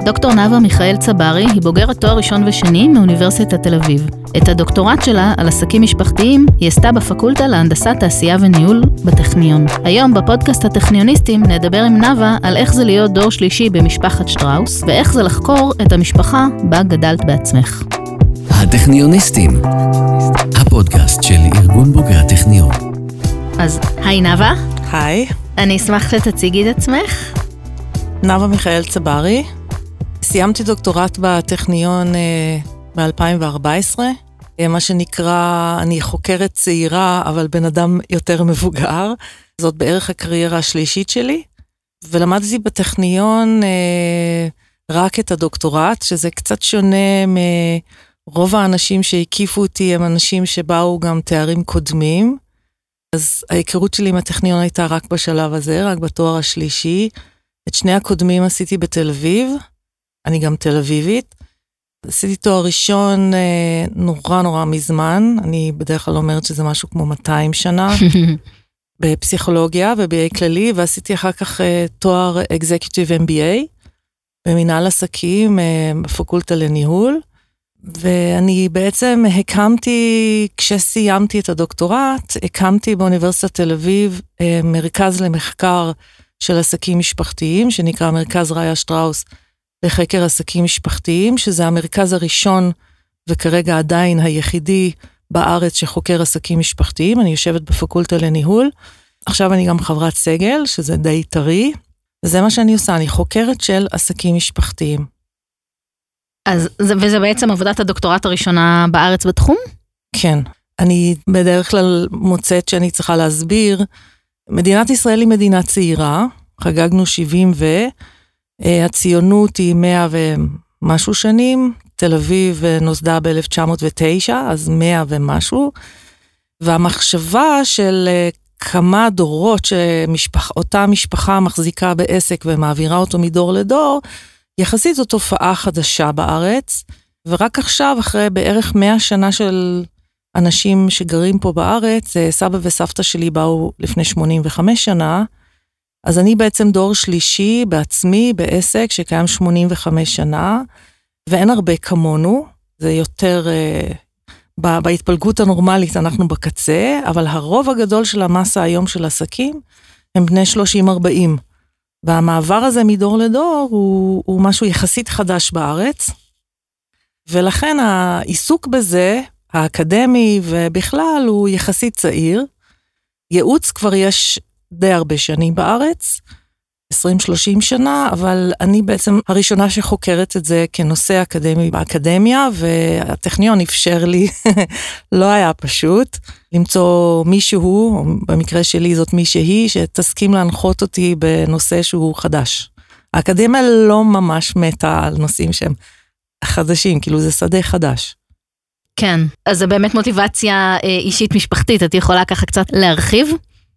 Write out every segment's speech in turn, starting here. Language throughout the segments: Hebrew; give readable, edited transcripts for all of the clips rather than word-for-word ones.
דוקטור נאוה מיכאל צברי היא בוגרת תואר ראשון ושני מאוניברסיטת תל אביב. את הדוקטורט שלה על עסקים משפחתיים היא עשתה בפקולטה להנדסת תעשייה וניהול בטכניון. היום בפודקאסט הטכניוניסטים נדבר עם נאוה על איך זה להיות דור שלישי במשפחת שטראוס, ואיך זה לחקור את המשפחה בה גדלת בעצמך. הטכניוניסטים, הפודקאסט של ארגון בוגרי הטכניון. אז היי נאוה. היי. אני אשמח שתציגי את עצמך. נאוה מיכאל צברי. סיימתי דוקטורט בטכניון ב-2014. מה שנקרא, אני חוקרת צעירה, אבל בן אדם יותר מבוגר. זאת בערך הקריירה השלישית שלי. ולמדתי בטכניון רק את הדוקטורט, שזה קצת שונה מרוב האנשים שהקיפו אותי, הם אנשים שבאו גם תארים קודמים. אז ההיכרות שלי עם הטכניון הייתה רק בשלב הזה, רק בתואר השלישי. את שני הקודמים עשיתי בתל אביב, אני גם תל אביבית. עשיתי תואר ראשון נורא מזמן, אני בדרך כלל אומרת שזה משהו כמו 200 שנה, בפסיכולוגיה וב-BA כללי, ועשיתי אחר כך תואר Executive MBA, במנהל עסקים, בפקולטה לניהול, ואני בעצם הקמתי, כשסיימתי את הדוקטורט, הקמתי באוניברסיטת תל אביב מרכז למחקר של עסקים משפחתיים, שנקרא מרכז ראיה שטראוס לחקר עסקים משפחתיים, שזה המרכז הראשון וכרגע עדיין היחידי בארץ שחוקר עסקים משפחתיים. אני יושבת בפקולטה לניהול, עכשיו אני גם חברת סגל, שזה די טרי, וזה מה שאני עושה, אני חוקרת של עסקים משפחתיים. וזה בעצם עבודת הדוקטורט הראשונה בארץ בתחום? כן. אני בדרך כלל מוצאת שאני צריכה להסביר, מדינת ישראל היא מדינה צעירה, חגגנו 70 הציונות היא 100 ומשהו שנים, תל אביב נוסדה ב-1909, אז 100 ומשהו, והמחשבה של כמה דורות שאותה משפחה מחזיקה בעסק ומעבירה אותו מדור לדור, יחסית זו תופעה חדשה בארץ, ורק עכשיו, אחרי בערך 100 שנה של אנשים שגרים פה בארץ, סבא וסבתא שלי באו לפני 85 שנה, אז אני בעצם דור שלישי בעצמי בעסק שקיים 85 שנה, ואין הרבה כמונו, זה יותר, בהתפלגות הנורמלית אנחנו בקצה, אבל הרוב הגדול של המסה היום של עסקים, הם בני 30-40, והמעבר הזה מדור לדור הוא משהו יחסית חדש בארץ, ולכן העיסוק בזה, האקדמי ובכלל הוא יחסית צעיר. ייעוץ כבר יש די הרבה שנים בארץ, 20-30 שנה, אבל אני בעצם הראשונה שחוקרת את זה כנושא אקדמי באקדמיה, והטכניון אפשר לי, לא היה פשוט, למצוא מישהו, או במקרה שלי זאת מישהי, שתסכים להנחות אותי בנושא שהוא חדש. האקדמיה לא ממש מתה על נושאים שהם חדשים, כאילו זה שדה חדש. כן, אז זה באמת מוטיבציה אישית משפחתית, את יכולה ככה קצת להרחיב?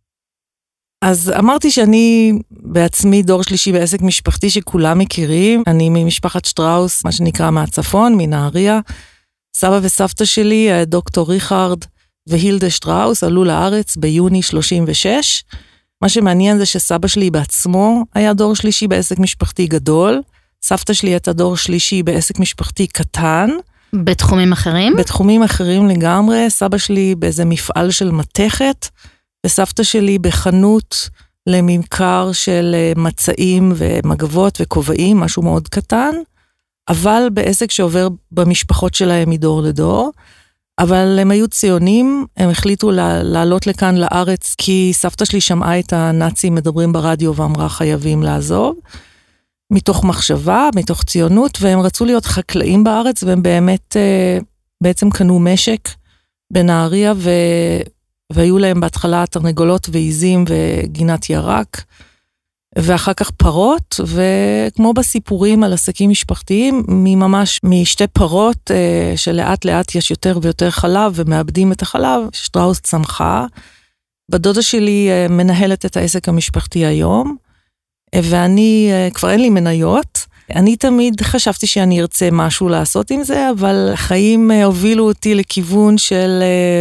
אז אמרתי שאני בעצמי דור שלישי בעסק משפחתי שכולם מכירים, אני ממשפחת שטראוס, מה שנקרא מהצפון, מנהריה. סבא וסבתא שלי, דוקטור ריכרד והילדה שטראוס, עלו לארץ ביוני 36. מה שמעניין זה שסבא שלי בעצמו היה דור שלישי בעסק משפחתי גדול, סבתא שלי הייתה דור שלישי בעסק משפחתי קטן, בתחומים אחרים? בתחומים אחרים לגמרי, סבא שלי באיזה מפעל של מתכת, וסבתא שלי בחנות לממכר של מצעים ומגבות וכובעים, משהו מאוד קטן, אבל בעסק שעובר במשפחות שלהם מדור לדור, אבל הם היו ציונים, הם החליטו לעלות לכאן לארץ, כי סבתא שלי שמעה את הנאצים מדברים ברדיו ואמרה חייבים לעזוב, מתוך מחשבה, מתוך ציונות, והם רצו להיות חקלאים בארץ, והם באמת, בעצם קנו משק בנהריה, והיו להם בהתחלה תרנגולות ועיזים וגינת ירק, ואחר כך פרות, וכמו בסיפורים על עסקים משפחתיים, ממש משתי פרות, שלאט לאט יש יותר ויותר חלב, ומאבדים את החלב, שטראוס צמחה. בדודה שלי מנהלת את העסק המשפחתי היום, ואני, כבר אין לי מניות, אני תמיד חשבתי שאני ארצה משהו לעשות עם זה, אבל החיים הובילו אותי לכיוון של,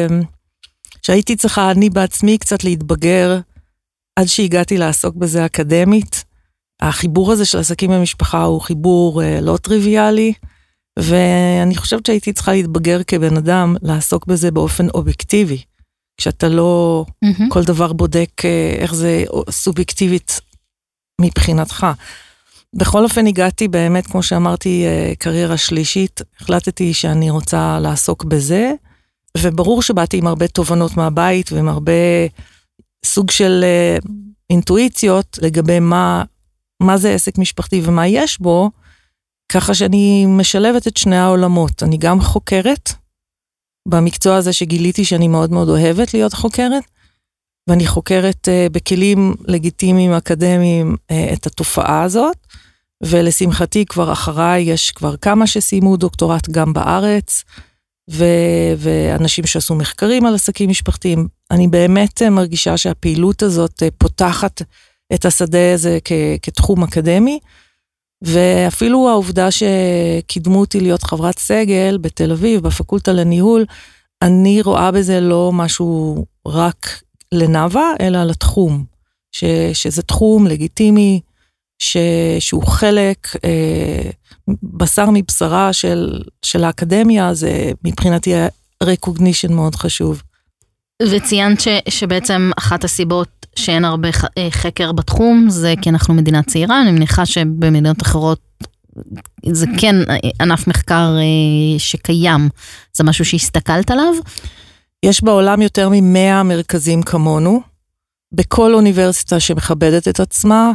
שהייתי צריכה אני בעצמי קצת להתבגר, עד שהגעתי לעסוק בזה אקדמית, החיבור הזה של עסקים במשפחה הוא חיבור לא טריוויאלי, ואני חושבת שהייתי צריכה להתבגר כבן אדם, לעסוק בזה באופן אובייקטיבי, כשאתה לא כל דבר בודק איך זה סובייקטיבית מבחינתך. בכל אופן הגעתי באמת, כמו שאמרתי, קריירה שלישית, החלטתי שאני רוצה לעסוק בזה, וברור שבאתי עם הרבה תובנות מהבית, ועם הרבה סוג של אינטואיציות, לגבי מה זה עסק משפחתי ומה יש בו, ככה שאני משלבת את שני העולמות. אני גם חוקרת, במקצוע הזה שגיליתי שאני מאוד מאוד אוהבת להיות חוקרת, ואני חוקרת בכלים לגיטימיים אקדמיים את התופעה הזאת, ולשמחתי כבר אחריי יש כבר כמה שסיימו דוקטורט גם בארץ, ואנשים שעשו מחקרים על עסקים משפחתיים. אני באמת מרגישה שהפעילות הזאת פותחת את השדה הזה כתחום אקדמי, ואפילו העובדה שקידמו אותי להיות חברת סגל בתל אביב, בפקולטה לניהול, אני רואה בזה לא משהו רק לנאווה, אלא לתחום, שזה תחום לגיטימי, שהוא חלק בשר מבשרה של האקדמיה, זה מבחינתי recognition מאוד חשוב. וציינת שבעצם אחת הסיבות שאין הרבה חקר בתחום, זה כי אנחנו מדינה צעירה, אני מניחה שבמדינות אחרות זה כן ענף מחקר שקיים, זה משהו שהסתכלת עליו? יש בעולם יותר מ100 מרכזים כמונו, בכל אוניברסיטה שמכבדת את עצמה,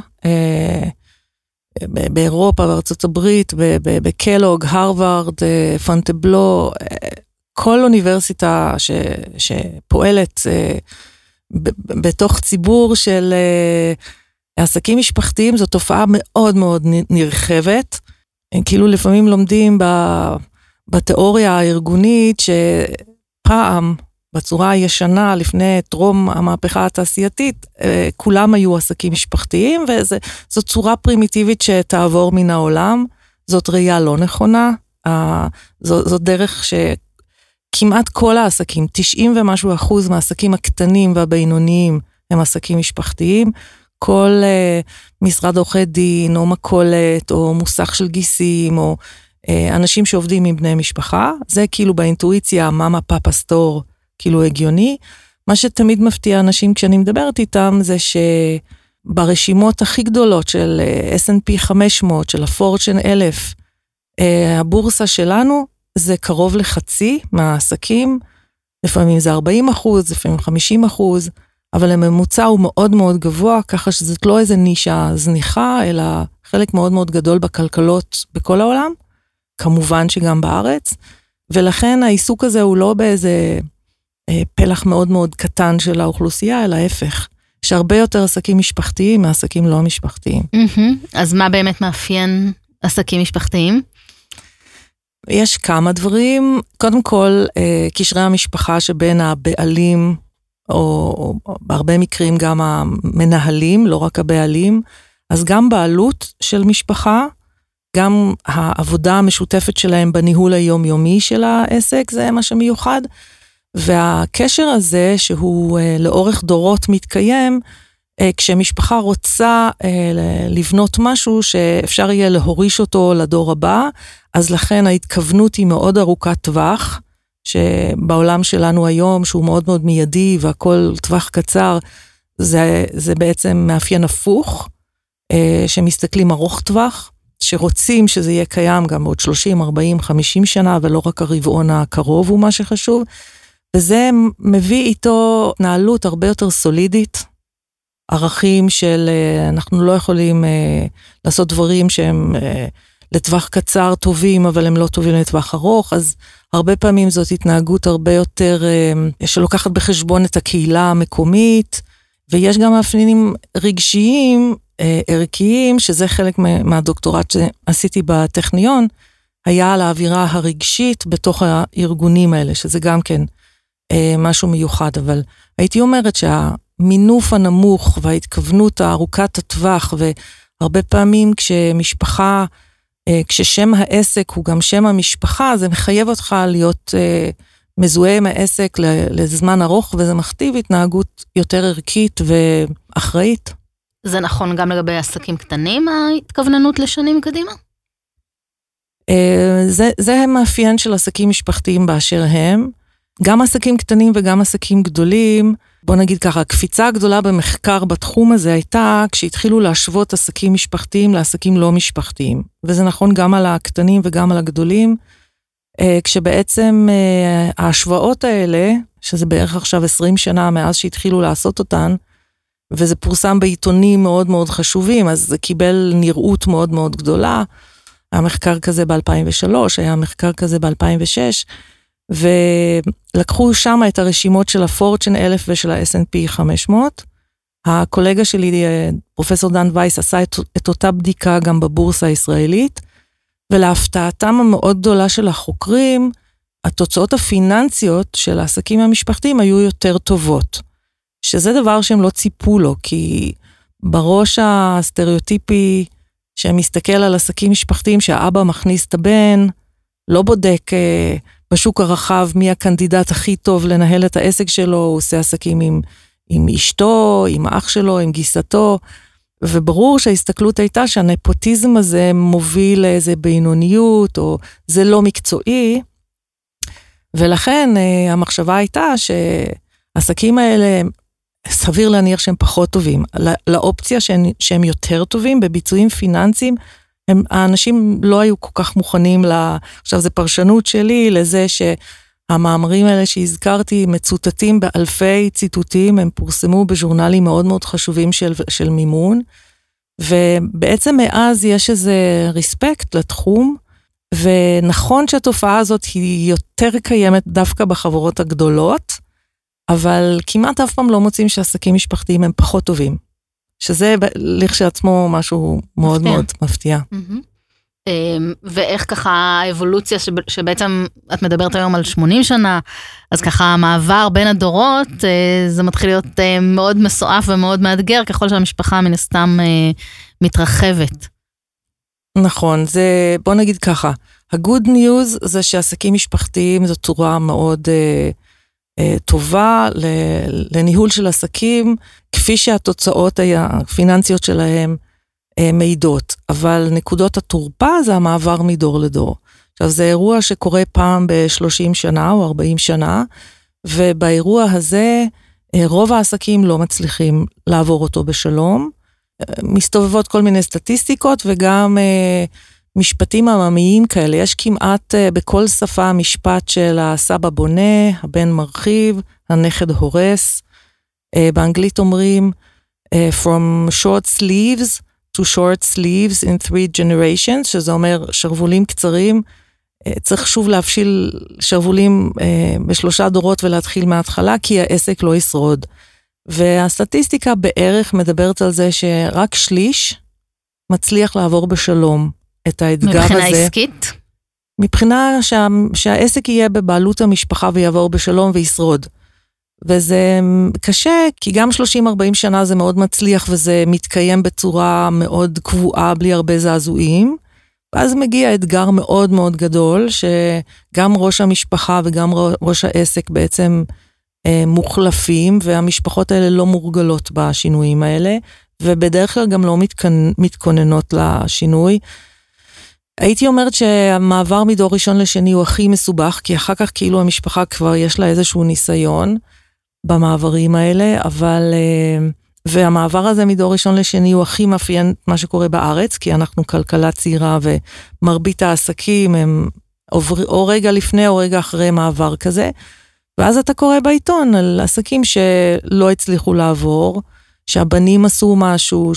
באירופה, בארצות הברית, בקלוג, הרווארד, פונטבלו, כל אוניברסיטה שפועלת בתוך ציבור של עסקים משפחתיים, זו תופעה מאוד מאוד נרחבת. כאילו לפעמים לומדים בתיאוריה הארגונית שפעם, בצורה הישנה, לפני טרום המהפכה התעשייתית, כולם היו עסקים משפחתיים, וזו צורה פרימיטיבית שתעבור מן העולם, זאת ראייה לא נכונה, זו דרך שכמעט כל העסקים, 90 ומשהו אחוז מהעסקים הקטנים והבינוניים, הם עסקים משפחתיים, כל משרד עורכי דין, או מכולת, או מוסך של גיסים, או אנשים שעובדים עם בני משפחה, זה כאילו באינטואיציה, מאמה פאפה סטור, כאילו הגיוני. מה שתמיד מפתיע אנשים כשאני מדברת איתם, זה שברשימות הכי גדולות של S&P 500, של הפורצ'ן 1000, הבורסה שלנו זה קרוב לחצי מהעסקים, לפעמים זה 40%, לפעמים 50%, אבל הממוצע הוא מאוד מאוד גבוה, ככה שזאת לא איזה נישה זניחה, אלא חלק מאוד מאוד גדול בכלכלות בכל העולם, כמובן שגם בארץ, ולכן העיסוק הזה הוא לא באיזה פלח מאוד מאוד קטן של האוכלוסייה, אלא ההפך. יש הרבה יותר עסקים משפחתיים מעסקים לא משפחתיים. אז מה באמת מאפיין עסקים משפחתיים? יש כמה דברים. קודם כל, קשרי המשפחה שבין הבעלים, או בהרבה מקרים גם המנהלים, לא רק הבעלים, אז גם בעלות של משפחה, גם העבודה המשותפת שלהם בניהול היומיומי של העסק, זה מה שמיוחד. והקשר הזה שהוא לאורך דורות מתקיים, כשמשפחה רוצה לבנות משהו שאפשר יהיה להוריש אותו לדור הבא, אז לכן ההתכוונות היא מאוד ארוכת טווח, שבעולם שלנו היום, שהוא מאוד מאוד מיידי והכל טווח קצר, זה בעצם מאפיין הפוך, שמסתכלים ארוך טווח, שרוצים שזה יהיה קיים גם בעוד 30, 40, 50 שנה, ולא רק הרבעון הקרוב הוא מה שחשוב, וזה מביא איתו נעלות הרבה יותר סולידית, ערכים של אנחנו לא יכולים לעשות דברים שהם לטווח קצר טובים, אבל הם לא טובים לטווח ארוך, אז הרבה פעמים זאת התנהגות הרבה יותר שלוקחת בחשבון את הקהילה המקומית, ויש גם מאפיינים רגשיים, ערכיים, שזה חלק מהדוקטורט שעשיתי בטכניון, היה על האווירה הרגשית בתוך הארגונים האלה, שזה גם כן משהו מיוחד, אבל הייתי אומרת שהמינוף הנמוך וההתכוונות הארוכת הטווח, והרבה פעמים כשמשפחה, כששם העסק הוא גם שם המשפחה, זה מחייב אותך להיות מזוהה עם העסק לזמן ארוך, וזה מכתיב התנהגות יותר ערכית ואחראית. זה נכון גם לגבי עסקים קטנים, ההתכווננות לשנים קדימה? זה המאפיין של עסקים משפחתיים באשר הם. גם עסקים קטנים וגם עסקים גדולים, בוא נגיד ככה, הקפיצה הגדולה במחקר בתחום הזה הייתה כשהתחילו להשוות עסקים משפחתיים לעסקים לא משפחתיים. וזה נכון גם על הקטנים וגם על הגדולים, כשבעצם ההשוואות האלה, שזה בערך עכשיו 20 שנה מאז שהתחילו לעשות אותן, וזה פורסם בעיתונים מאוד מאוד חשובים, אז זה קיבל נראות מאוד מאוד גדולה. היה מחקר כזה ב-2003, היה מחקר כזה ב-2006, ולקחו שם את הרשימות של הפורצ'ן 1000 ושל ה-S&P 500. הקולגה שלי, פרופסור דן וייס, עשה את אותה בדיקה גם בבורסה הישראלית, ולהפתעתם המאוד גדולה של החוקרים, התוצאות הפיננסיות של העסקים המשפחתיים היו יותר טובות. שזה דבר שהם לא ציפו לו, כי בראש הסטריאוטיפי שמסתכל על עסקים משפחתיים שהאבא מכניס את הבן, לא בודק בשוק הרחב מי הקנדידט הכי טוב לנהל את העסק שלו, הוא עושה עסקים עם אשתו, עם אח שלו, עם גיסתו, וברור שההסתכלות הייתה שהנפוטיזם הזה מוביל לאיזה בינוניות, או זה לא מקצועי, ולכן המחשבה הייתה שהעסקים האלה, סביר להניח שהם פחות טובים, לאופציה שהם יותר טובים בביצועים פיננסיים, האנשים לא היו כל כך מוכנים, עכשיו זה פרשנות שלי לזה שהמאמרים האלה שהזכרתי מצוטטים באלפי ציטוטים, הם פורסמו בז'ורנלים מאוד מאוד חשובים של מימון, ובעצם מאז יש איזה ריספקט לתחום, ונכון שהתופעה הזאת היא יותר קיימת דווקא בחברות הגדולות, אבל כמעט אף פעם לא מוצאים שעסקים משפחתיים הם פחות טובים. שזה לכשעצמו משהו מאוד מאוד מפתיע. ואיך ככה האבולוציה שבעצם את מדברת היום על 80 שנה, אז ככה המעבר בין הדורות, זה מתחיל להיות מאוד מסועף ומאוד מאתגר, ככל שהמשפחה מן הסתם מתרחבת. נכון, זה, בוא נגיד ככה, ה-good news זה שעסקים משפחתיים זו צורה מאוד טובה לניהול של עסקים, כפי שהתוצאות הפיננסיות שלהם מעידות, אבל נקודות התורפה זה המעבר מדור לדור. עכשיו זה אירוע שקורה פעם ב-30 שנה או 40 שנה, ובאירוע הזה רוב העסקים לא מצליחים לעבור אותו בשלום, מסתובבות כל מיני סטטיסטיקות וגם משפטים עממיים כאלה, יש כמעט בכל שפה משפט של הסבא בונה, הבן מרחיב, הנכד הורס, באנגלית אומרים from short sleeves to short sleeves in 3 generations, שזה אומר שרבולים קצרים, צריך שוב להפשיל שרבולים ב3 דורות ולהתחיל מההתחלה, כי העסק לא ישרוד. והסטטיסטיקה בערך מדברת על זה שרק שליש מצליח לעבור בשלום את האתגר הזה. מבחינה עסקית? מבחינה שהעסק יהיה בבעלות המשפחה ויעבור בשלום וישרוד. וזה קשה, כי גם 30-40 שנה זה מאוד מצליח, וזה מתקיים בצורה מאוד קבועה, בלי הרבה זעזועים. ואז מגיע אתגר מאוד מאוד גדול, שגם ראש המשפחה וגם ראש העסק בעצם מוחלפים, והמשפחות האלה לא מורגלות בשינויים האלה, ובדרך כלל גם לא מתכוננות לשינוי. הייתי אומרת שהמעבר מדור ראשון לשני הוא הכי מסובך, כי אחר כך כאילו המשפחה כבר יש לה איזשהו ניסיון במעברים האלה, אבל, והמעבר הזה מדור ראשון לשני הוא הכי מאפיין מה שקורה בארץ, כי אנחנו כלכלה צעירה ומרבית העסקים הם או רגע לפני או רגע אחרי מעבר כזה, ואז אתה קורא בעיתון על עסקים שלא הצליחו לעבור, שהבנים עשו משהו,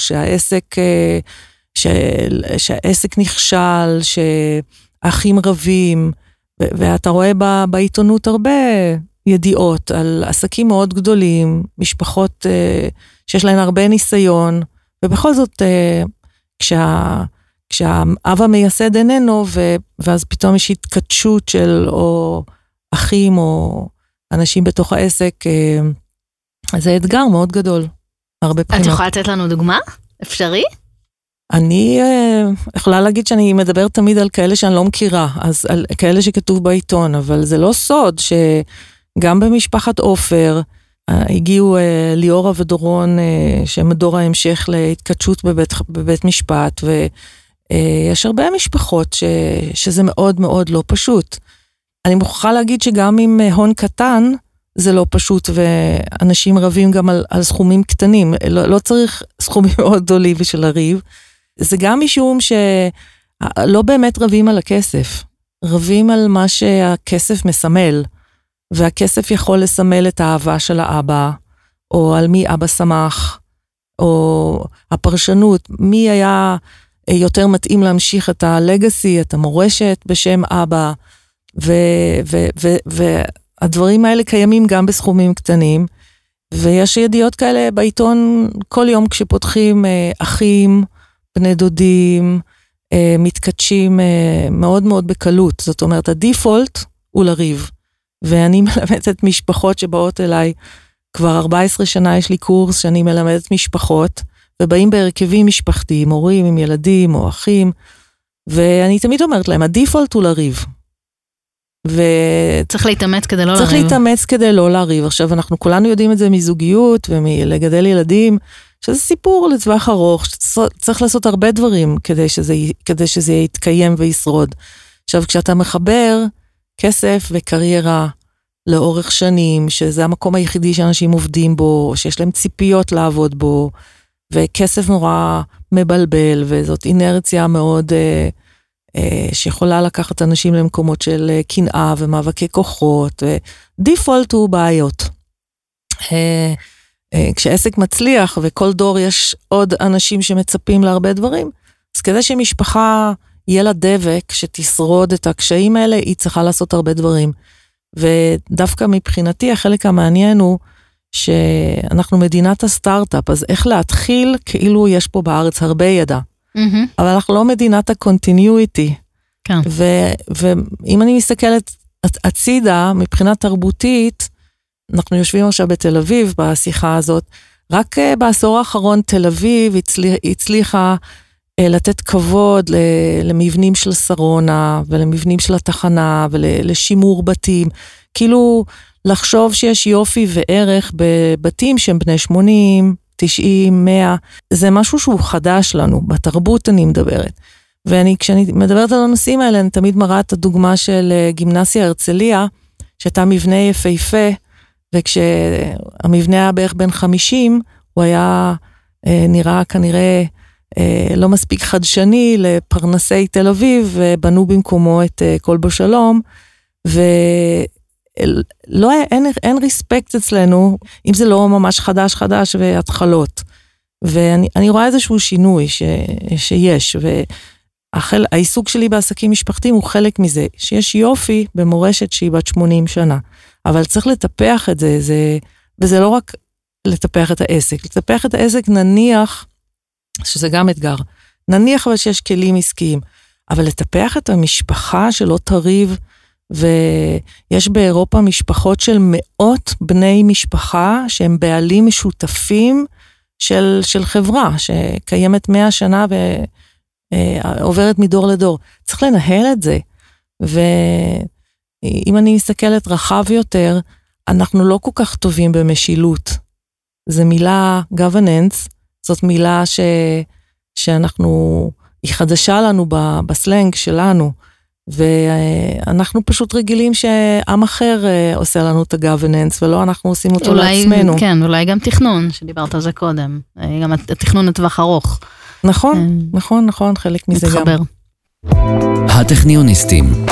שהעסק נכשל, שאחים רבים, ואתה רואה בעיתונות הרבה ידיעות על עסקים מאוד גדולים, משפחות שיש להן הרבה ניסיון, ובכל זאת כשהאב המייסד איננו, ואז פתאום יש התקדשות של או אחים או אנשים בתוך העסק, זה אתגר מאוד גדול, הרבה בחינות. את יכולה לתת לנו דוגמה? אפשרי? אני יכולה להגיד שאני מדבר תמיד על כאלה שאני לא מכירה, אז על כאלה שכתוב בעיתון, אבל זה לא סוד שגם במשפחת עופר הגיעו ליאורה ודורון, שהם דור ההמשך להתקדשות בבית משפט, ויש הרבה משפחות שזה מאוד מאוד לא פשוט. אני מוכרחה להגיד שגם עם הון קטן, זה לא פשוט, ואנשים רבים גם על סכומים קטנים. לא צריך סכומים מאוד גדולים בשביל לריב. זה גם משום שלא באמת רבים על הכסף. רבים על מה שהכסף מסמל. והכסף יכול לסמל את האהבה של האבא, או על מי אבא שמח, או הפרשנות, מי היה יותר מתאים להמשיך את הלגאסי, את המורשת בשם אבא, והדברים האלה קיימים גם בסכומים קטנים, ויש ידיעות כאלה בעיתון כל יום כשפותחים אחים, בני דודים, מתקדשים מאוד מאוד בקלות, זאת אומרת הדיפולט הוא לריב, ואני מלמדת משפחות שבאות אליי, כבר 14 שנה יש לי קורס שאני מלמדת משפחות, ובאים בהרכבים משפחתיים, הורים עם ילדים או אחים, ואני תמיד אומרת להם, הדיפולט הוא לריב. צריך להתאמץ כדי לא לריב. צריך להתאמץ כדי לא לריב. עכשיו, אנחנו כולנו יודעים את זה מזוגיות ומלגדל ילדים, שזה סיפור לטווח ארוך, שצריך לעשות הרבה דברים כדי שזה יתקיים וישרוד. עכשיו, כשאתה מחבר כסף וקריירה לאורך שנים, שזה המקום היחידי שאנשים עובדים בו, שיש להם ציפיות לעבוד בו, וכסף נורא מבלבל, וזאת אינרציה מאוד שיכולה לקחת אנשים למקומות של קנאה ומאבקי כוחות, ודיפולט הוא בעיות. כשעסק מצליח וכל דור יש עוד אנשים שמצפים להרבה דברים, אז כדי שמשפחה יהיה לה דבק שתשרוד את הקשיים האלה, היא צריכה לעשות הרבה דברים. ודווקא מבחינתי החלק המעניין הוא שאנחנו מדינת הסטארט-אפ, אז איך להתחיל כאילו יש פה בארץ הרבה ידע. אבל אנחנו לא מדינת הקונטיניויטי. כן. ואם אני מסתכלת הצידה, מבחינה תרבותית, אנחנו יושבים עכשיו בתל אביב בשיחה הזאת, רק בעשור האחרון תל אביב הצליחה לתת כבוד למבנים של שרונה, ולמבנים של התחנה, ולשימור בתים, כאילו לחשוב שיש יופי וערך בבתים שהם בני 80, 90, 100, זה משהו שהוא חדש לנו, בתרבות אני מדברת. וכשאני מדברת על הנושאים האלה, אני תמיד מראה את הדוגמה של גימנסיה הרצליה, שהייתה מבנה יפהפה, וכשהמבנה היה בערך בן 50, הוא היה נראה כנראה לא מספיק חדשני לפרנסי תל אביב, ובנו במקומו את כל בשלום, אין ריספקט אצלנו, אם זה לא ממש חדש והתחלות. ואני רואה איזשהו שינוי שיש, והעיסוק שלי בעסקים משפחתיים הוא חלק מזה, שיש יופי במורשת שהיא בת 80 שנה, אבל צריך לטפח את זה, וזה לא רק לטפח את העסק, לטפח את העסק נניח, שזה גם אתגר, נניח אבל שיש כלים עסקיים, אבל לטפח את המשפחה שלא תריב, ויש באירופה משפחות של מאות בני משפחה, שהם בעלים משותפים של חברה, שקיימת 100 שנה ועוברת מדור לדור. צריך לנהל את זה, ואם אני מסתכלת רחב יותר, אנחנו לא כל כך טובים במשילות. זו מילה governance, זאת מילה שאנחנו, היא חדשה לנו בסלנג שלנו, ואנחנו פשוט רגילים שעם אחר עושה לנו את הגווננס, ולא אנחנו עושים אותו לעצמנו. כן, אולי גם תכנון, שדיברת על זה קודם, גם התכנון לטווח ארוך. נכון, חלק מזה גם. מתחבר. הטכניוניסטים.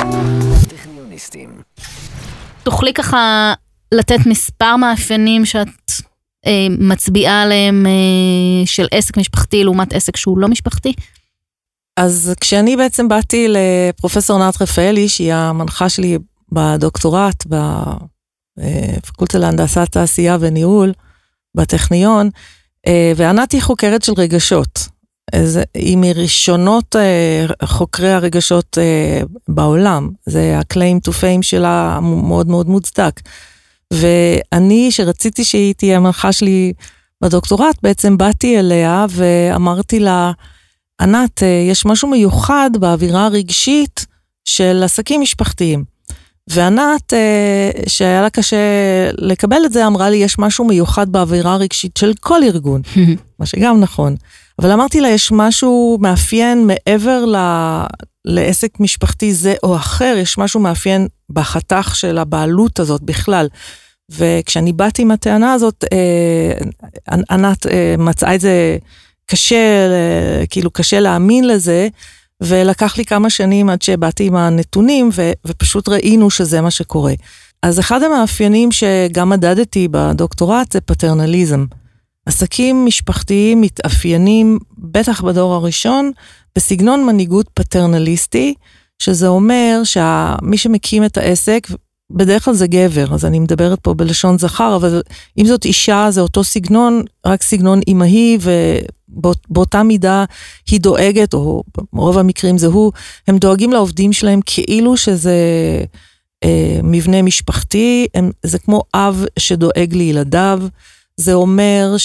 תוכלי ככה לתת מספר מאפיינים שאת מצביעה עליהם של עסק משפחתי לעומת עסק שהוא לא משפחתי? אז כשאני בעצם באתי לפרופסור ענת רפאלי, שהיא המנחה שלי בדוקטורט, בפקולטה להנדסת תעשייה וניהול, בטכניון, וענת היא חוקרת של רגשות. היא מראשונות חוקרי הרגשות בעולם. זה ה-claim to fame שלה מאוד מאוד מוצדק. ואני, שרציתי שהיא תהיה המנחה שלי בדוקטורט, בעצם באתי אליה ואמרתי לה, ענת, יש משהו מיוחד באווירה הרגשית של עסקים משפחתיים. וענת, שהיה לה קשה לקבל את זה, אמרה לי, יש משהו מיוחד באווירה הרגשית של כל ארגון, מה שגם נכון. אבל אמרתי לה, יש משהו מאפיין מעבר לעסק משפחתי זה או אחר, יש משהו מאפיין בחתך של הבעלות הזאת בכלל. וכשאני באתי עם הטענה הזאת, ענת מצאה את זה קשה, כאילו קשה להאמין לזה, ולקח לי כמה שנים עד שבאתי עם הנתונים, ופשוט ראינו שזה מה שקורה. אז אחד המאפיינים שגם מדדתי בדוקטורט זה פטרנליזם. עסקים משפחתיים מתאפיינים, בטח בדור הראשון, בסגנון מנהיגות פטרנליסטי, שזה אומר שמי שמקים את העסק, בדרך כלל זה גבר, אז אני מדברת פה בלשון זכר, אבל אם זאת אישה, זה אותו סגנון, רק סגנון אימהי, ובאותה מידה היא דואגת, או ברוב המקרים זה הוא, הם דואגים לעובדים שלהם כאילו שזה מבנה משפחתי, זה כמו אב שדואג לילדיו, זה אומר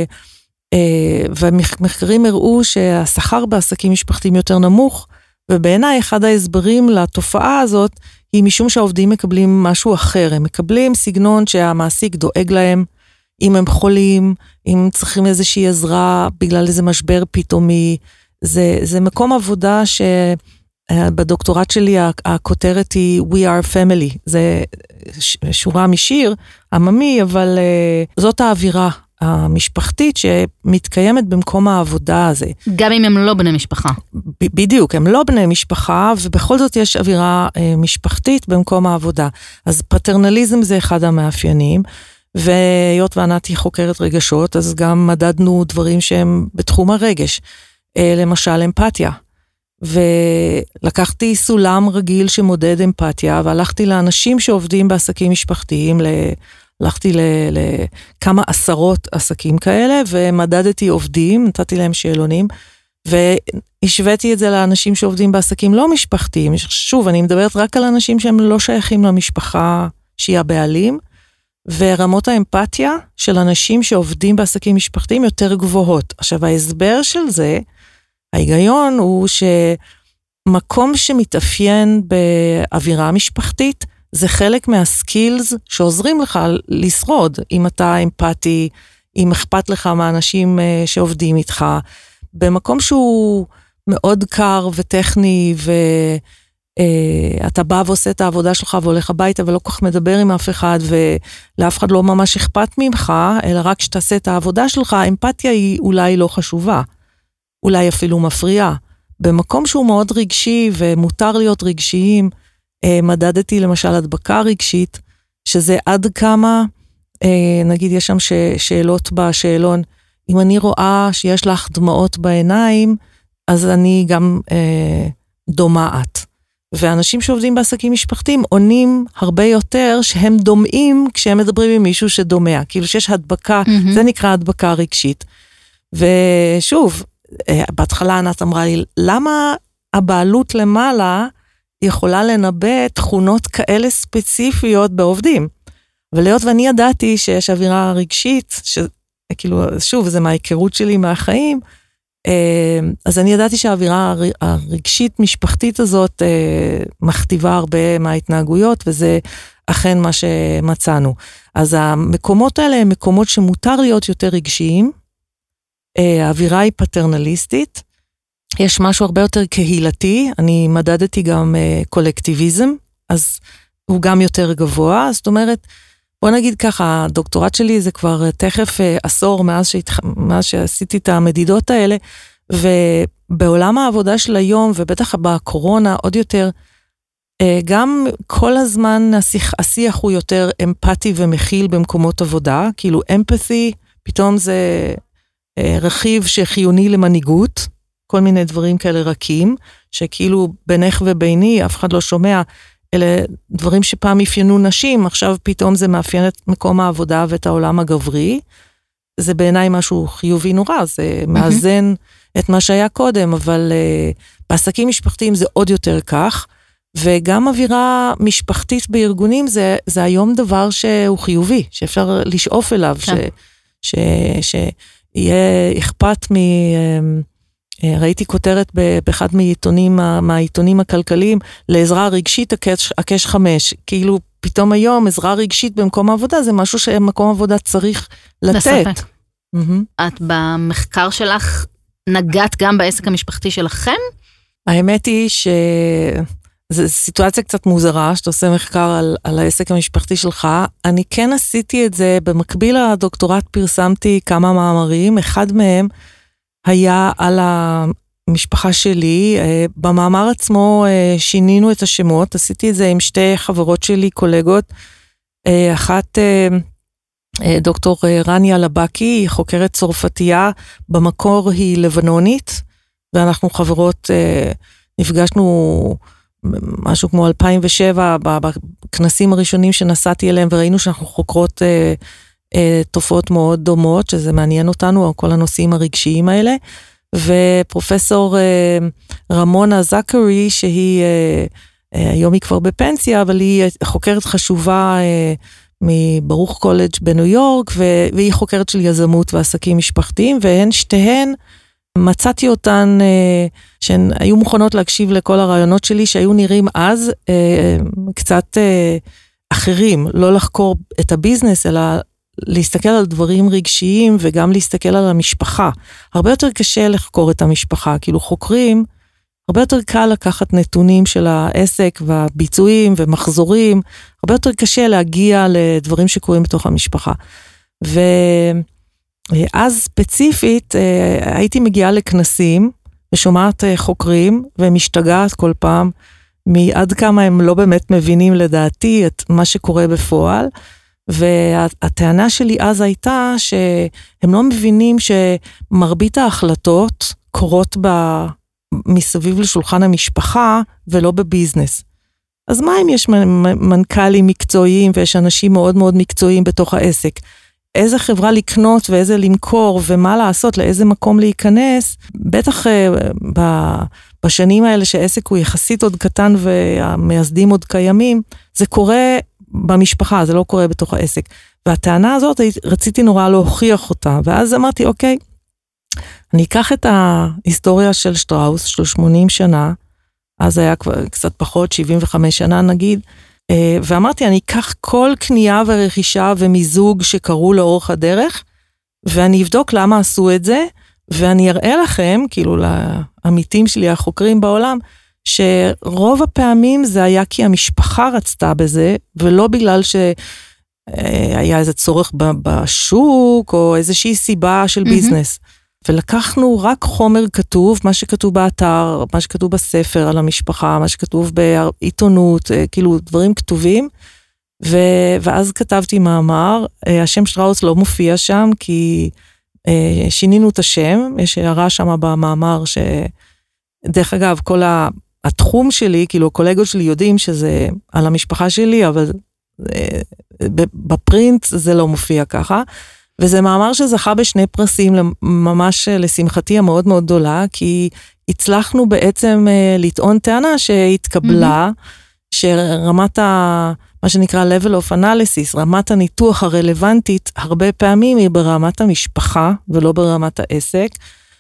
ומחקרים הראו שהשכר בעסקים משפחתיים יותר נמוך, ובעיניי אחד ההסברים לתופעה הזאת, היא משום שהעובדים מקבלים משהו אחר, הם מקבלים סגנון שהמעסיק דואג להם, אם הם חולים, אם צריכים איזושהי עזרה בגלל איזה משבר פתאומי, זה מקום עבודה שבדוקטורט שלי הכותרת היא We are family, זה שורה משיר עממי, אבל זאת האווירה המשפחתית שמתקיימת במקום העבודה הזה. גם אם הם לא בני משפחה. בדיוק, הם לא בני משפחה, ובכל זאת יש אווירה משפחתית במקום העבודה. אז פטרנליזם זה אחד המאפיינים, והיות וענת היא חוקרת רגשות, אז גם מדדנו דברים שהם בתחום הרגש. למשל אמפתיה. ולקחתי סולם רגיל שמודד אמפתיה, והלכתי לאנשים שעובדים בעסקים משפחתיים, הלכתי לכמה עשרות עסקים כאלה, ומדדתי עובדים, נתתי להם שאלונים, והשוויתי את זה לאנשים שעובדים בעסקים לא משפחתיים. שוב, אני מדברת רק על אנשים שהם לא שייכים למשפחה שהיא הבעלים, ורמות האמפתיה של אנשים שעובדים בעסקים משפחתיים יותר גבוהות. עכשיו, ההסבר של זה, ההיגיון הוא שמקום שמתאפיין באווירה משפחתית, זה חלק מהסקילס שעוזרים לך לשרוד, אם אתה אמפתי, אם אכפת לך מהאנשים שעובדים איתך, במקום שהוא מאוד קר וטכני, ואתה בא ועושה את העבודה שלך והולך הביתה, ולא כל כך מדבר עם אף אחד, ולאף אחד לא ממש אכפת ממך, אלא רק שתעשה את העבודה שלך, האמפתיה היא אולי לא חשובה, אולי אפילו מפריעה. במקום שהוא מאוד רגשי, ומותר להיות רגשיים, מדדתי למשל הדבקה רגשית, שזה עד כמה, נגיד יש שם שאלות בשאלון, אם אני רואה שיש לך דמעות בעיניים, אז אני גם דומעת. ואנשים שעובדים בעסקים משפחתיים עונים הרבה יותר שהם דומעים כשהם מדברים עם מישהו שדומע. כאילו שיש הדבקה, זה נקרא הדבקה רגשית. ושוב, בהתחלה ענת אמרה לי, למה הבעלות למעלה יכולה לנבא תכונות כאלה ספציפיות בעובדים? אבל להיות ואני ידעתי שיש אווירה רגשית, כאילו, שוב, זה מההיכרות שלי מהחיים, אז אני ידעתי שהאווירה הרגשית משפחתית הזאת מכתיבה הרבה מההתנהגויות, וזה אכן מה שמצאנו. אז המקומות האלה הם מקומות שמותר להיות יותר רגשיים, האווירה היא פטרנליסטית, יש משהו הרבה יותר קהילתי, אני מדדתי גם קולקטיביזם, אז הוא גם יותר גבוה, זאת אומרת, בוא נגיד ככה, הדוקטורט שלי זה כבר תכף עשור מאז שעשיתי את המדידות האלה, ובעולם העבודה של היום, ובטח בקורונה עוד יותר, גם כל הזמן השיח הוא יותר אמפתי ומכיל במקומות עבודה, כאילו אמפתי, פתאום זה רכיב שחיוני למנהיגות, כל מיני דברים כאלה רכים, שכאילו בינך וביני אף אחד לא שומע, אלה דברים שפעם אפיינו נשים, עכשיו פתאום זה מאפיין את מקום העבודה ואת העולם הגברי, זה בעיניי משהו חיובי נורא, זה מאזן את מה שהיה קודם, אבל בעסקים משפחתיים זה עוד יותר כך, וגם אווירה משפחתית בארגונים זה היום דבר שהוא חיובי, שאפשר לשאוף אליו, שיהיה אכפת ראיתי כותרת באחד מהעיתונים הכלכליים, לעזרה רגשית הקש 5, כאילו פתאום היום עזרה רגשית במקום העבודה, זה משהו שמקום העבודה צריך לתת. את במחקר שלך נגעת גם בעסק המשפחתי שלכם? האמת היא שזו סיטואציה קצת מוזרה, שאתה עושה מחקר על העסק המשפחתי שלך. אני כן עשיתי את זה, במקביל לדוקטורט פרסמתי כמה מאמרים, אחד מהם היה על המשפחה שלי. במאמר עצמו שינינו את השמות, עשיתי את זה עם שתי חברות שלי, קולגות, אחת דוקטור רניה לבקי, היא חוקרת צרפתייה, במקור היא לבנונית, ואנחנו חברות, נפגשנו משהו כמו 2007, בכנסים הראשונים שנסעתי אליהם, וראינו שאנחנו חוקרות תופעות מאוד דומות, שזה מעניין אותנו, כל הנושאים הרגשיים האלה, ופרופסור רמונה זקרי, שהיא, היום היא כבר בפנסיה, אבל היא חוקרת חשובה מברוך קולג' בניו יורק, והיא חוקרת של יזמות ועסקים משפחתיים, והן שתיהן, מצאתי אותן שהן היו מוכנות להקשיב לכל הרעיונות שלי, שהיו נראים אז קצת אחרים, לא לחקור את הביזנס, אלא להסתכל על דברים רגשיים, וגם להסתכל על המשפחה. הרבה יותר קשה לחקור את המשפחה, כאילו חוקרים, הרבה יותר קל לקחת נתונים של העסק, והביצועים ומחזורים, הרבה יותר קשה להגיע לדברים שקורים בתוך המשפחה. אז ספציפית הייתי מגיעה לכנסים, ושומעת חוקרים, ומשתגעת כל פעם, מעד כמה הם לא באמת מבינים לדעתי את מה שקורה בפועל, והטענה שלי אז הייתה שהם לא מבינים שמרבית ההחלטות קורות מסביב לשולחן המשפחה, ולא בביזנס. אז מה אם יש מנכ"לים מקצועיים, ויש אנשים מאוד מאוד מקצועיים בתוך העסק? איזה חברה לקנות ואיזה למכור ומה לעשות, לאיזה מקום להיכנס, בטח בשנים האלה שעסק הוא יחסית עוד קטן והמייסדים עוד קיימים, זה קורה במשפחה, זה לא קורה בתוך העסק. והטענה הזאת, רציתי נורא להוכיח אותה, ואז אמרתי, אוקיי, אני אקח את ההיסטוריה של שטראוס, של 80 שנה, אז היה כבר קצת פחות, 75 שנה נגיד, ואמרתי, אני אקח כל קנייה ורכישה ומיזוג שקרו לאורך הדרך, ואני אבדוק למה עשו את זה, ואני אראה לכם, כאילו לעמיתים שלי, החוקרים בעולם, שרוב הפעמים זה היה כי המשפחה רצתה בזה, ולא בגלל שהיה איזה צורך בשוק, או איזושהי סיבה של ביזנס. ולקחנו רק חומר כתוב, מה שכתוב באתר, מה שכתוב בספר על המשפחה, מה שכתוב בעיתונות, כאילו דברים כתובים, ואז כתבתי מאמר, השם שטראוס לא מופיע שם, כי שינינו את השם, יש הערה שם במאמר, שדרך אגב, כל התחום שלי, כאילו הקולגות שלי יודעים שזה על המשפחה שלי, אבל בפרינט זה לא מופיע ככה, וזה מאמר שזכה בשני פרסים, ממש לשמחתי המאוד מאוד גדולה, כי הצלחנו בעצם לטעון טענה שהתקבלה, שרמת מה שנקרא level of analysis, רמת הניתוח הרלוונטית, הרבה פעמים היא ברמת המשפחה, ולא ברמת העסק,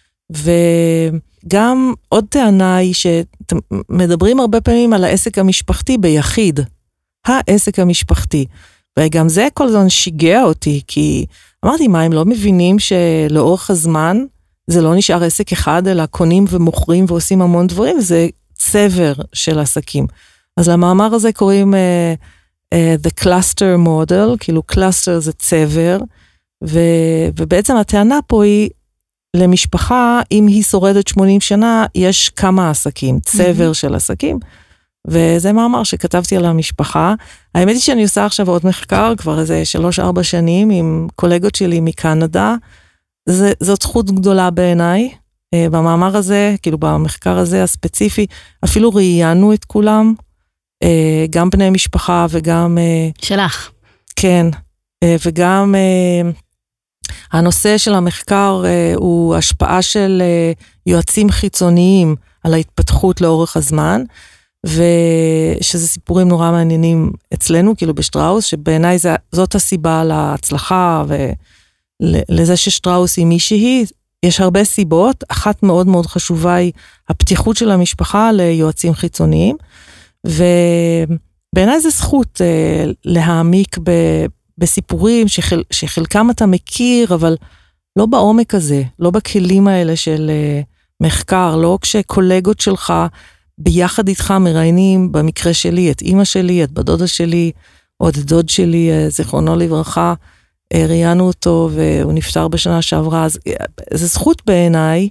וגם עוד טענה היא שמדברים הרבה פעמים על העסק המשפחתי ביחיד, העסק המשפחתי, וגם זה כל זמן שיגע אותי, כי אמרתי, מה, הם לא מבינים שלאורך הזמן זה לא נשאר עסק אחד, אלא קונים ומוכרים ועושים המון דברים, זה צבר של עסקים. אז למאמר הזה קוראים The Cluster Model, כאילו Cluster זה צבר, ובעצם הטענה פה היא, למשפחה, אם היא שורדת 80 שנה, יש כמה עסקים, צבר של עסקים, וזה מאמר שכתבתי על המשפחה. האמת היא שאני עושה עכשיו עוד מחקר, כבר איזה 3-4 שנים, עם קולגות שלי מקנדה. זאת זכות גדולה בעיניי. במאמר הזה, כאילו במחקר הזה הספציפי, אפילו ראיינו את כולם, גם בני משפחה וגם... שלך. כן, וגם הנושא של המחקר הוא השפעה של יועצים חיצוניים על ההתפתחות לאורך הזמן, ושזה סיפורים נורא מעניינים אצלנו, כאילו בשטראוס, שבעיניי זאת הסיבה להצלחה, ולזה ששטראוס היא מישהי, יש הרבה סיבות, אחת מאוד מאוד חשובה היא הפתיחות של המשפחה ליועצים חיצוניים, ובעיניי זה זכות להעמיק בסיפורים שחלקם אתה מכיר, אבל לא בעומק הזה, לא בכלים האלה של מחקר, לא כשקולגות שלך ביחד איתך מראיינים, במקרה שלי, את אמא שלי, את בדודה שלי, או את דוד שלי, זיכרונו לברכה, ראיינו אותו והוא נפטר בשנה שעברה, אז זה זכות בעיניי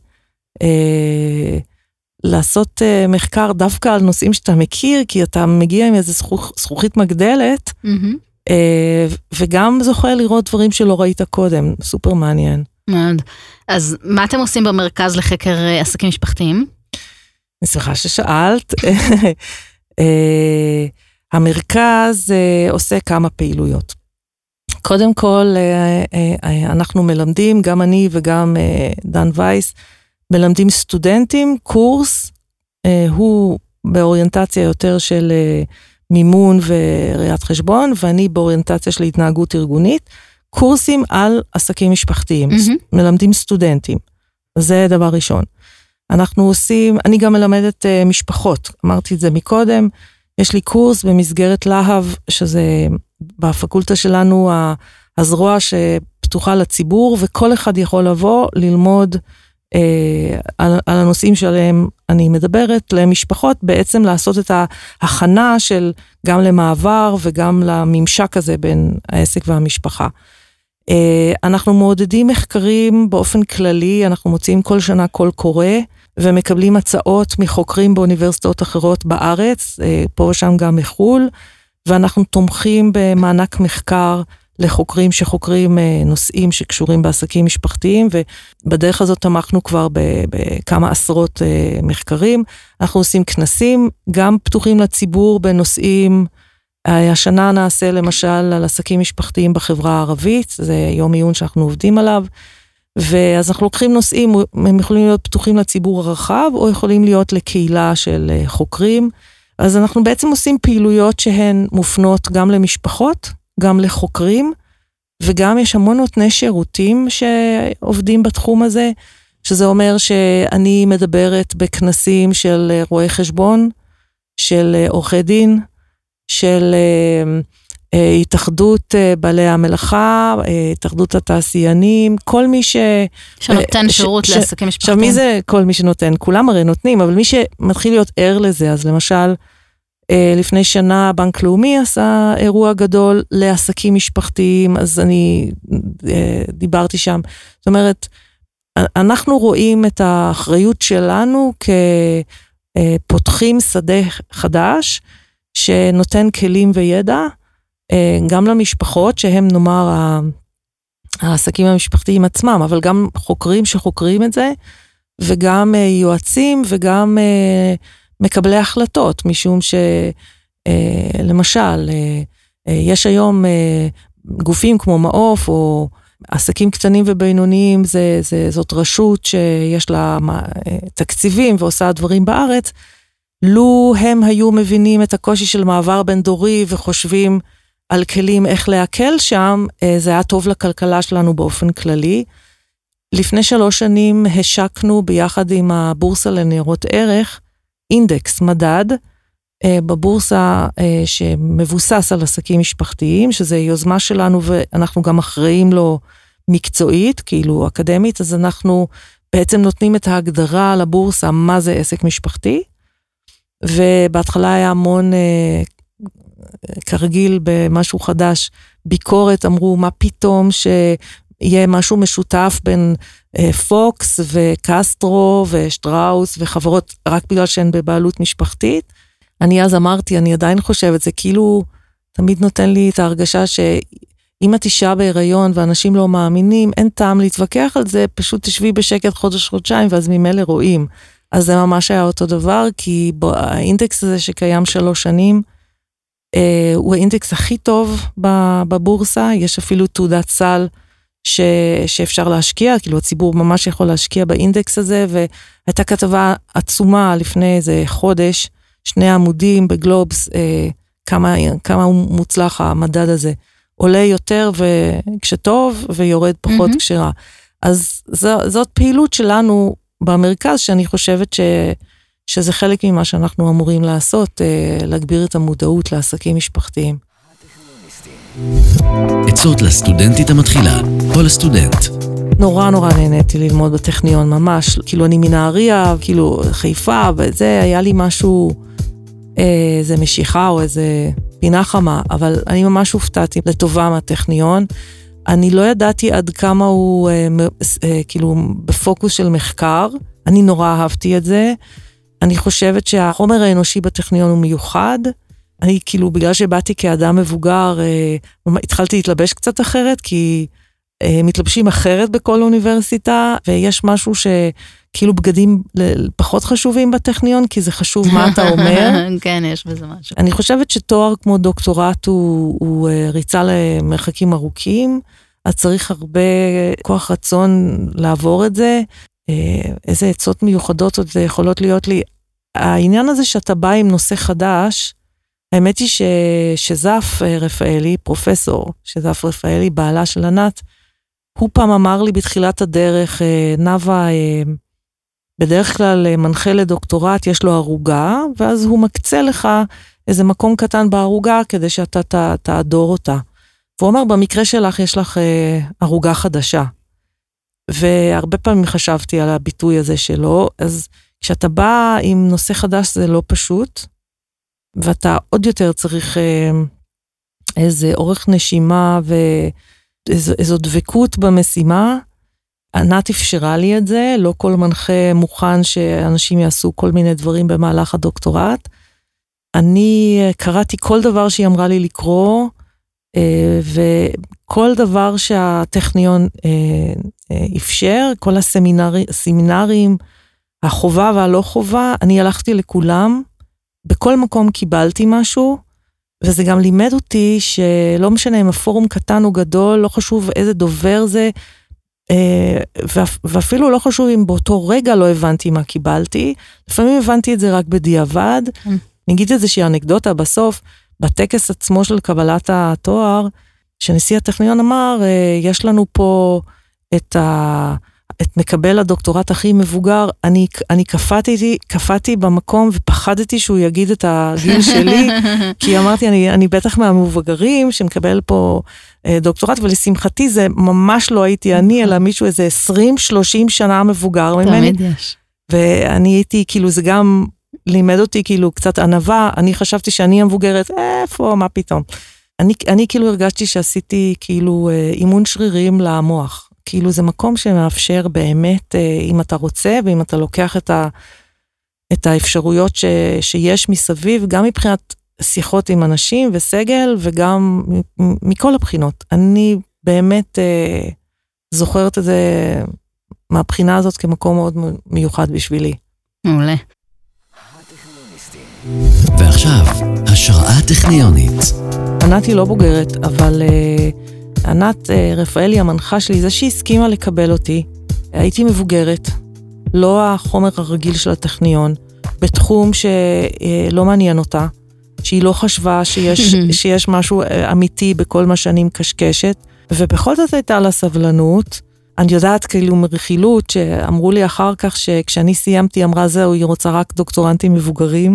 לעשות מחקר דווקא על נושאים שאתה מכיר, כי אתה מגיע עם איזו זכוכית מגדלת, וגם זוכה לראות דברים שלא ראית קודם, סופר מעניין. מאוד. אז מה אתם עושים במרכז לחקר עסקים משפחתיים? אני שמחה ששאלת. המרכז עושה כמה פעילויות. קודם כל, אנחנו מלמדים, גם אני וגם דן וייס, מלמדים סטודנטים, קורס, הוא באוריינטציה יותר של מימון וראיית חשבון, ואני באוריינטציה של התנהגות ארגונית, קורסים על עסקים משפחתיים, מלמדים סטודנטים, זה דבר ראשון. אנחנו עושים, אני גם מלמדת משפחות, אמרתי את זה מקודם, יש לי קורס במסגרת להב, שזה בפקולטה שלנו הזרוע שפתוחה לציבור, וכל אחד יכול לבוא ללמוד על הנושאים שעליהם אני מדברת, למשפחות, בעצם לעשות את ההכנה של גם למעבר וגם לממשק הזה בין העסק והמשפחה. אנחנו מעודדים מחקרים באופן כללי, אנחנו מוציאים כל שנה קול קורא, ומקבלים הצעות מחוקרים באוניברסיטאות אחרות בארץ, פה ושם גם מחול, ואנחנו תומכים במענק מחקר לחוקרים שחוקרים נושאים שקשורים בעסקים משפחתיים, ובדרך הזאת תמכנו כבר בכמה עשרות מחקרים. אנחנו עושים כנסים, גם פתוחים לציבור בנושאים, השנה נעשה למשל על עסקים משפחתיים בחברה הערבית, זה יום עיון שאנחנו עובדים עליו, ואז אנחנו לוקחים נושאים, הם יכולים להיות פתוחים לציבור הרחב, או יכולים להיות לקהילה של חוקרים, אז אנחנו בעצם עושים פעילויות שהן מופנות גם למשפחות, גם לחוקרים, וגם יש המון נותני שירותים שעובדים בתחום הזה, שזה אומר שאני מדברת בכנסים של רואי חשבון, של עורכי דין, של התאחדות בעלי המלאכה, התאחדות התעשיינים, כל מי שנותן שירות לעסקים משפחתיים. עכשיו, מי זה כל מי שנותן? כולם הרי נותנים, אבל מי שמתחיל להיות ער לזה, אז למשל, לפני שנה בנק לאומי עשה אירוע גדול לעסקים משפחתיים, אז אני דיברתי שם. זאת אומרת, אנחנו רואים את האחריות שלנו כפותחים שדה חדש, שנותן כלים וידע, גם למשפחות, שהם נאמר העסקים המשפחתיים עצמם, אבל גם חוקרים שחוקרים את זה, וגם יועצים וגם מקבלי החלטות, משום שלמשל, יש היום גופים כמו מעוף, או עסקים קטנים ובינוניים, זאת רשות שיש לה תקציבים ועושה דברים בארץ, לו הם היו מבינים את הקושי של מעבר בין דורי וחושבים על כלים איך להקל שם, זה היה טוב לכלכלה שלנו באופן כללי. לפני 3 שנים השקנו ביחד עם הבורסה לניירות ערך, אינדקס מדד, בבורסה שמבוסס על עסקים משפחתיים, שזה יוזמה שלנו ואנחנו גם אחראים לו מקצועית, כאילו אקדמית, אז אנחנו בעצם נותנים את ההגדרה על הבורסה, מה זה עסק משפחתי, ובהתחלה היה המון, כרגיל במשהו חדש, ביקורת, אמרו מה פתאום שיהיה משהו משותף בין פוקס וקסטרו ושטראוס וחברות, רק בגלל שהן בבעלות משפחתית. אני אז אמרתי, אני עדיין חושבת, זה כאילו תמיד נותן לי את ההרגשה שאם את אישה בהיריון ואנשים לא מאמינים, אין טעם להתווכח על זה, פשוט תשבי בשקט חודש-חודשיים ואז ממילא רואים. אז זה ממש היה אותו דבר, כי האינדקס הזה שקיים 3 שנים, הוא האינדקס הכי טוב בבורסה, יש אפילו תעודת סל שאפשר להשקיע, כאילו הציבור ממש יכול להשקיע באינדקס הזה, והייתה כתבה עצומה לפני איזה חודש, 2 עמודים בגלובס, כמה הוא מוצלח המדד הזה, עולה יותר כשטוב ויורד פחות כשרע. אז זאת פעילות שלנו במרכז, שאני חושבת שזה חלק ממה שאנחנו אמורים לעשות, להגביר את המודעות לעסקים משפחתיים. עצות לסטודנטית המתחילה, או לסטודנט. נורא נהניתי ללמוד בטכניון, ממש. כאילו אני מנהריה, כאילו חיפה, וזה היה לי משהו, איזה משיכה או איזה פינה חמה, אבל אני ממש הופתעתי לטובה מהטכניון. אני לא ידעתי עד כמה הוא כאילו בפוקוס של מחקר, אני נורא אהבתי את זה. אני חושבת שהחומר האנושי בטכניון הוא מיוחד, אני כאילו בגלל שבאתי כאדם מבוגר, התחלתי להתלבש קצת אחרת, כי מתלבשים אחרת בכל אוניברסיטה, ויש משהו שכאילו בגדים פחות חשובים בטכניון, כי זה חשוב מה אתה אומר. כן, יש בזה משהו. אני חושבת שתואר כמו דוקטורט הוא ריצה למרחקים ארוכים, אז צריך הרבה כוח רצון לעבור את זה, איזה עצות מיוחדות עוד יכולות להיות לי. העניין הזה שאתה בא עם נושא חדש, האמת היא שזף רפאלי, פרופסור שזף רפאלי, בעלה של ענת, הוא פעם אמר לי בתחילת הדרך, נאווה, בדרך כלל מנחה לדוקטורט, יש לו ערוגה, ואז הוא מקצה לך איזה מקום קטן בערוגה, כדי שאתה תעדור אותה. והוא אומר, במקרה שלך יש לך ערוגה חדשה. והרבה פעמים חשבתי על הביטוי הזה שלו, אז כשאתה בא עם נושא חדש זה לא פשוט, ואתה עוד יותר צריך איזה אורך נשימה ואיזו דבקות במשימה. ענת אפשרה לי את זה, לא כל מנחה מוכן שאנשים יעשו כל מיני דברים במהלך הדוקטורט. אני קראתי כל דבר שהיא אמרה לי לקרוא, וכל דבר שהטכניון אפשר, כל הסמינרים, החובה והלא חובה, אני הלכתי לכולם, בכל מקום קיבלתי משהו, וזה גם לימד אותי שלא משנה אם הפורום קטן או גדול, לא חשוב איזה דובר זה, ואפילו לא חשוב אם באותו רגע לא הבנתי מה קיבלתי, לפעמים הבנתי את זה רק בדיעבד. נגיד איזושהי אנקדוטה בסוף, בטקס עצמו של קבלת התואר, שנשיא הטכניון אמר, יש לנו פה את מקבל הדוקטורט הכי מבוגר, אני קפאתי במקום ופחדתי שהוא יגיד את הגיל שלי, כי אמרתי, אני בטח מהמבוגרים שמקבל פה דוקטורט, ולשמחתי זה ממש לא הייתי אני, אלא מישהו איזה 20-30 שנה מבוגר ממני. תמיד יש. ואני הייתי, כאילו זה גם לימד אותי כאילו קצת ענווה, אני חשבתי שאני המבוגרת, איפה, מה פתאום. אני כאילו הרגשתי שעשיתי כאילו אימון שרירים למוח. כאילו זה מקום שמאפשר באמת, אם אתה רוצה, ואם אתה לוקח את האפשרויות שיש מסביב, גם מבחינת שיחות עם אנשים וסגל, וגם מכל הבחינות. אני באמת זוכרת את זה מהבחינה הזאת כמקום מאוד מיוחד בשבילי. מעולה. ועכשיו, השראה טכניונית. ענת היא לא בוגרת, אבל ענת רפאלי המנחה שלי, זה שהיא הסכימה לקבל אותי, הייתי מבוגרת, לא החומר הרגיל של הטכניון, בתחום שלא מעניין אותה, שהיא לא חשבה שיש משהו אמיתי בכל מה שאני מקשקשת, ובכל זאת הייתה לה סבלנות. אני יודעת כאילו מרכילות שאמרו לי אחר כך שכשאני סיימתי אמרה זהו, היא רוצה רק דוקטורנטים מבוגרים.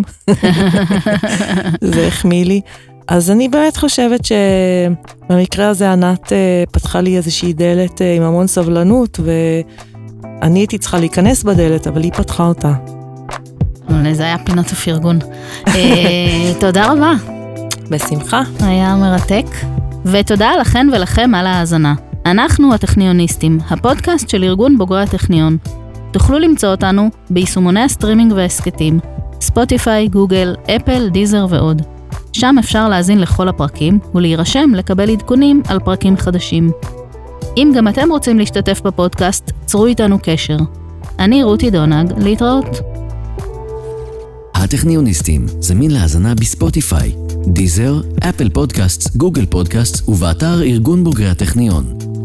זה החמיא לי. אז אני באמת חושבת שבמקרה הזה ענת פתחה לי איזושהי דלת עם המון סבלנות, ואני הייתי צריכה להיכנס בדלת, אבל היא פתחה אותה. זה היה פינת הפרגון. תודה רבה. בשמחה. היה מרתק. ותודה לכן ולכם על ההאזנה. אנחנו הטכניוניסטים, הפודקאסט של ארגון בוגרי הטכניון. תוכלו למצוא אותנו ביישומוני הסטרימינג והעסקטים, ספוטיפיי, גוגל, אפל, דיזר ועוד. שם אפשר להאזין לכל הפרקים ולהירשם לקבל עדכונים על פרקים חדשים. אם גם אתם רוצים להשתתף בפודקאסט, צרו איתנו קשר. אני רותי דונג, להתראות. הטכניוניסטים זמין להאזנה בספוטיפיי, דיזר, אפל פודקאסט, גוגל פודקאסט ובאתר ארגון בוגרי הטכניון.